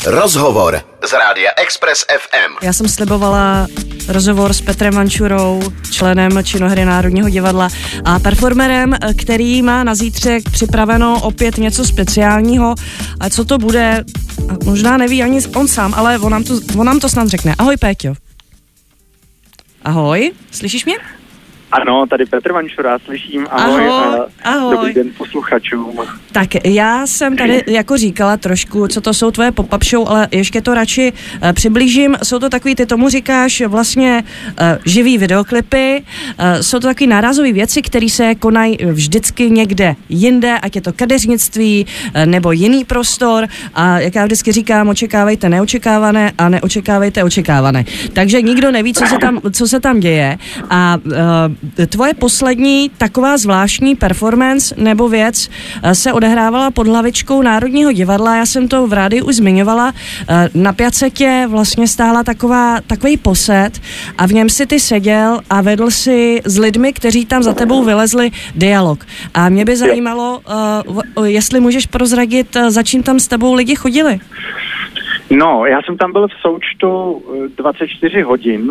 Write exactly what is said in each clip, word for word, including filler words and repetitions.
Rozhovor z Rádia Express ef em. Já jsem slibovala rozhovor s Petrem Vančurou, členem činohry Národního divadla a performerem, který má na zítřek připraveno opět něco speciálního. A co to bude, možná neví ani on sám, ale on nám to, on nám to snad řekne. Ahoj, Péťo. Ahoj, slyšíš mě? Ano, tady Petr Vančura, slyším. Ahoj, ahoj, a ahoj. Dobrý den posluchačům. Tak já jsem tady jako říkala trošku, co to jsou tvoje pop-up show, ale ještě to radši uh, přiblížím. Jsou to takový, ty tomu říkáš vlastně uh, živý videoklipy, uh, jsou to takový nárazové věci, které se konají vždycky někde jinde, ať je to kadeřnictví uh, nebo jiný prostor, a jak já vždycky říkám, očekávejte neočekávané a neočekávejte očekávané. Takže nikdo neví, co se tam, co se tam děje, a uh, tvoje poslední taková zvláštní performance nebo věc se odehrávala pod hlavičkou Národního divadla. Já jsem to v rádiu už zmiňovala. Na Piacetě vlastně stála taková, takový posed a v něm si ty seděl a vedl si s lidmi, kteří tam za tebou vylezli, dialog. A mě by zajímalo, jestli můžeš prozradit, za čím tam s tebou lidi chodili. No, já jsem tam byl v součtu dvacet čtyři hodin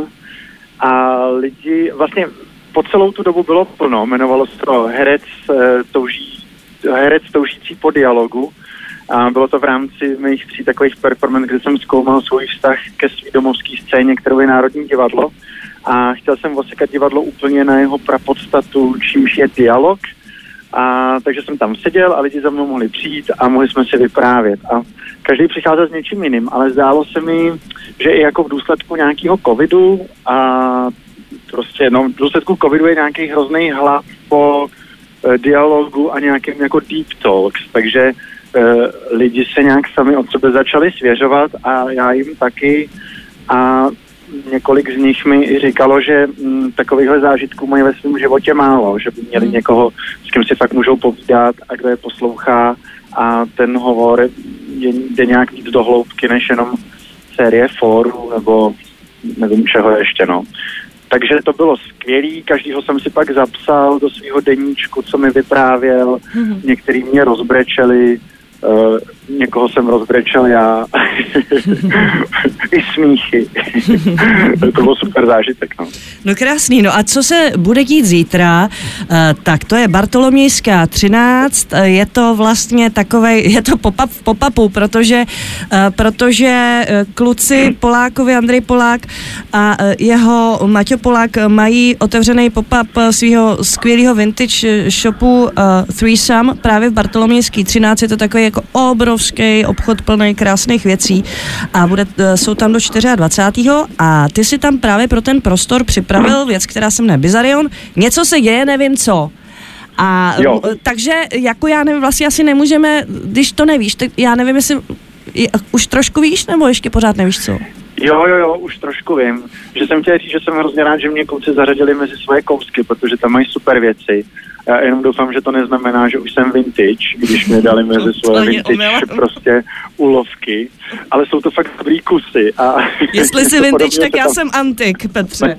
a lidi vlastně po celou tu dobu bylo plno, jmenovalo se to herec, touží, herec toužící po dialogu. A bylo to v rámci mých tří takových performance, kde jsem zkoumal svůj vztah ke svý domovské scéně, kterou je Národní divadlo. A chtěl jsem osekat divadlo úplně na jeho prapodstatu, čímž je dialog. A takže jsem tam seděl a lidi za mnou mohli přijít a mohli jsme si vyprávět. A každý přicházel s něčím jiným, ale zdálo se mi, že i jako v důsledku nějakého covidu a prostě, no, v důsledku covidu je nějaký hrozný hlad po e, dialogu a nějakým jako deep talks, takže e, lidi se nějak sami od sebe začali svěřovat a já jim taky, a několik z nich mi i říkalo, že m, takovýchhle zážitků mají ve svém životě málo, že by měli někoho, s kým si fakt můžou povídat a kdo je poslouchá, a ten hovor je, jde nějak víc do hloubky než jenom série fórů nebo nevím čeho ještě, no. Takže to bylo skvělý, každýho jsem si pak zapsal do svého deníčku, co mi vyprávěl, mm-hmm. Některý mě rozbrečeli, uh, někoho jsem rozbrečel já, i smíchy. To byl super zážitek, no. No krásný, no a co se bude dít zítra, uh, tak to je Bartolomějská třináct, uh, je to vlastně takovej, je to pop-up v pop-upu, protože, uh, protože uh, kluci Polákovi, Andrej Polák a uh, jeho Maťo Polák mají otevřený pop-up svého skvělého vintage shopu uh, Threesome právě v Bartolomějský třináct, je to takový jako obrovský obchod plný krásných věcí a bude, uh, jsou tam do dvacátého čtvrtého a ty si tam právě pro ten prostor připravil věc, která se jmenuje Bizarion. Něco se děje, nevím co. A jo. Takže jako já nevím, vlastně asi nemůžeme, když to nevíš, tak já nevím, jestli už trošku víš, nebo ještě pořád nevíš co? Jo, jo, jo, už trošku vím. Že jsem chtěl říct, že jsem hrozně rád, že mě kluci zařadili mezi svoje kousky, protože tam mají super věci. Já jenom doufám, že to neznamená, že už jsem vintage, když mě dali mezi svoje vintage prostě úlovky, ale jsou to fakt dobrý kusy. A jestli jsi vintage, tak já tam... jsem antik, Petře.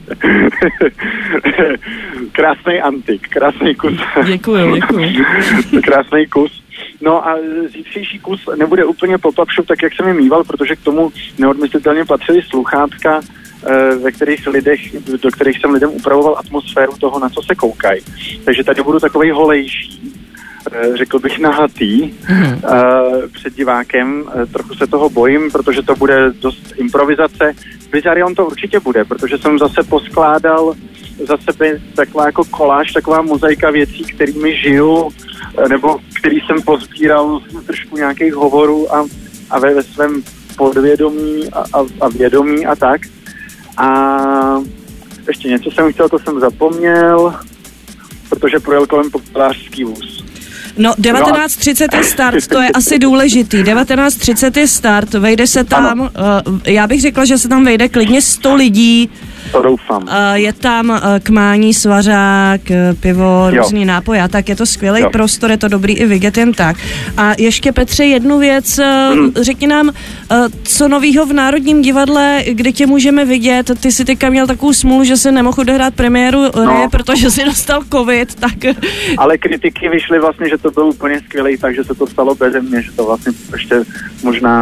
Krásný antik, krásný kus. Děkuju, děkuju. Krásný kus. No a zítřejší kus nebude úplně pop-up shop, tak jak jsem je mýval, protože k tomu neodmyslitelně patřily sluchátka, ve kterých lidech, do kterých jsem lidem upravoval atmosféru toho, na co se koukají. Takže tady budu takovej holejší, řekl bych nahatý, mm. před divákem. Trochu se toho bojím, protože to bude dost improvizace. Bizarion to určitě bude, protože jsem zase poskládal za sebe taková jako koláž, taková mozaika věcí, kterými žiju, nebo který jsem pozbíral trošku nějakých hovorů a, a ve, ve svém podvědomí a, a, a vědomí a tak. A ještě něco jsem chtěl, to jsem zapomněl, protože projel kolem populářský vůz. No, devatenáct třicet je start, to je asi důležitý. devatenáct třicet je start, vejde se tam, uh, já bych řekla, že se tam vejde klidně sto lidí. To doufám. Uh, je tam uh, kmání, svařák, uh, pivo, jo. Různý nápoje a tak, je to skvělý prostor, je to dobrý i vidět jen tak. A ještě, Petře, jednu věc, uh, mm. řekni nám, uh, co novýho v Národním divadle, kde tě můžeme vidět, ty jsi teďka měl takovou smůlu, že se nemohl odehrát premiéru, no. ne, protože jsi dostal covid, tak... Ale kritiky vyšly vlastně, že to byl úplně skvělý, takže se to stalo beze mě, že to vlastně ještě možná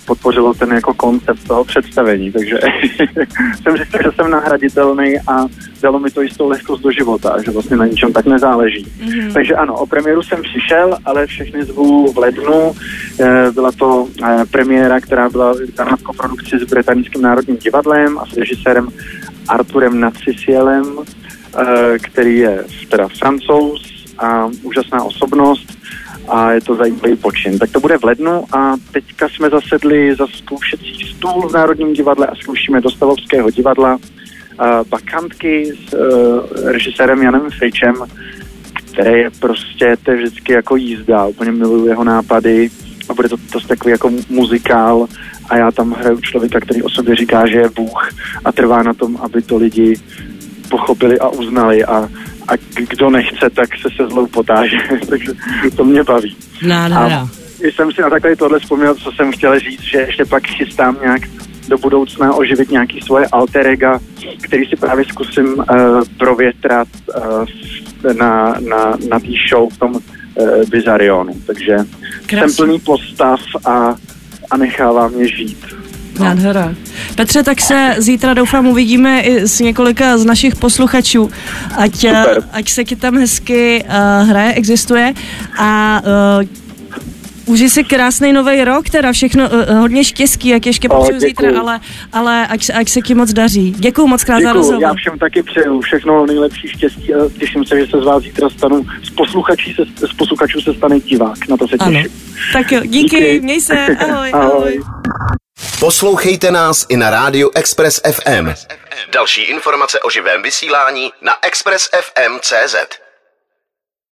podpořilo ten jako koncept toho představení, takže jsem říkal, že jsem nahraditelný a dalo mi to jistou lehkost do života, že vlastně na ničem tak nezáleží. Mm-hmm. Takže ano, o premiéru jsem přišel, ale všechny zvu v lednu. Byla to premiéra, která byla na koprodukci s Británickým národním divadlem a s režisérem Arturem Natsisielem, který je teda Francouz a úžasná osobnost a je to zajímavý počin. Tak to bude v lednu a teďka jsme zasedli za zkoušecí stůl v Národním divadle a zkoušíme do Stavovského divadla uh, Bakantky s uh, režisérem Janem Fejčem, který je prostě, to je vždycky jako jízda, úplně miluju jeho nápady a bude to, to takový jako muzikál a já tam hraju člověka, který o sobě říká, že je Bůh a trvá na tom, aby to lidi pochopili a uznali a a kdo nechce, tak se se zlou potáže, takže to mě baví. Nádhera. A jsem si na takové tohle vzpomněl, co jsem chtěl říct, že ještě pak chystám nějak do budoucna oživit nějaký svoje alter ega, který si právě zkusím uh, provětrat uh, na, na, na tý show v tom uh, Bizarionu. Takže Krásný. Jsem plný postav a, a nechává mě žít. Nádhera. Petře, tak se zítra doufám uvidíme i s několika z našich posluchačů, ať, ať se ti tam hezky uh, hraje, existuje a uh, užij si krásný nový rok, teda všechno uh, hodně štěstí, jak ještě popřeju zítra, ale, ale ať, ať se ti moc daří. Děkuju moc krát za rozhovor. Já všem taky přeju všechno nejlepší štěstí a těším se, že se z vás zítra stanu, z posluchačů se, z posluchačů se stane divák, na to se těším. Ano. Tak jo, díky, díky. Měj se, ahoj, ahoj. ahoj. Poslouchejte nás i na rádiu Express F M. Další informace o živém vysílání na express f m tečka cé zet.